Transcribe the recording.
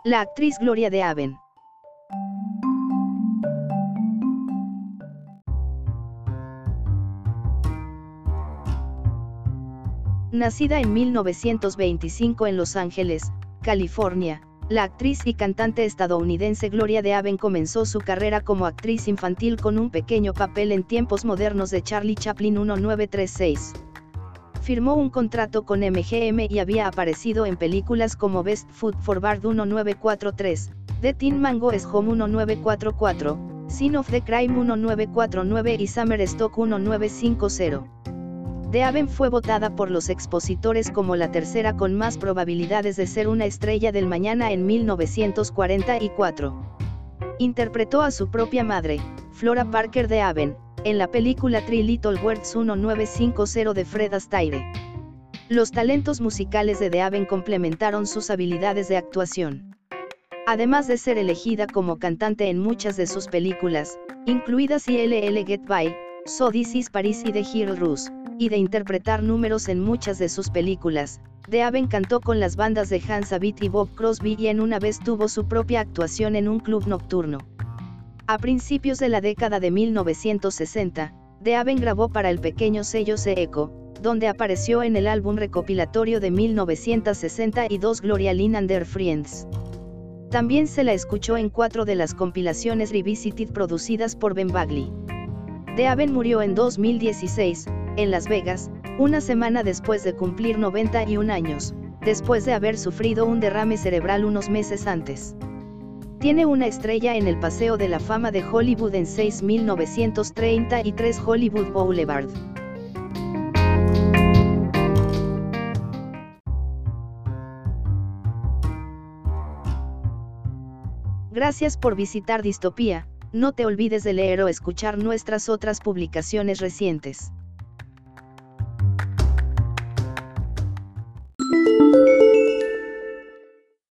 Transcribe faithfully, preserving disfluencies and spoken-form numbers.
La actriz Gloria DeHaven. Nacida en mil novecientos veinticinco en Los Ángeles, California, la actriz y cantante estadounidense Gloria DeHaven comenzó su carrera como actriz infantil con un pequeño papel en Tiempos Modernos de Charlie Chaplin diecinueve treinta y seis. Firmó un contrato con M G M y había aparecido en películas como Best Food for Bard diecinueve cuarenta y tres, The Teen Mango is Home diecinueve cuarenta y cuatro, Scene of the Crime diecinueve cuarenta y nueve y Summer Stock diecinueve cincuenta. DeHaven fue votada por los expositores como la tercera con más probabilidades de ser una estrella del mañana en mil novecientos cuarenta y cuatro. Interpretó a su propia madre, Flora Parker DeHaven, en la película Three Little Words diecinueve cincuenta de Fred Astaire. Los talentos musicales de DeHaven complementaron sus habilidades de actuación. Además de ser elegida como cantante en muchas de sus películas, incluidas I L L Get By, So This Is Paris y The Hero Rush, y de interpretar números en muchas de sus películas, DeHaven cantó con las bandas de Hans Zimmer y Bob Crosby y en una vez tuvo su propia actuación en un club nocturno. A principios de la década de mil novecientos sesenta, DeHaven grabó para el pequeño sello C Echo, donde apareció en el álbum recopilatorio de mil novecientos sesenta y dos Gloria Lynn and Their Friends. También se la escuchó en cuatro de las compilaciones Revisited producidas por Ben Bagley. DeHaven murió en dos mil dieciséis, en Las Vegas, una semana después de cumplir noventa y un años, después de haber sufrido un derrame cerebral unos meses antes. Tiene una estrella en el Paseo de la Fama de Hollywood en seis mil novecientos treinta y tres Hollywood Boulevard. Gracias por visitar Distopía, no te olvides de leer o escuchar nuestras otras publicaciones recientes.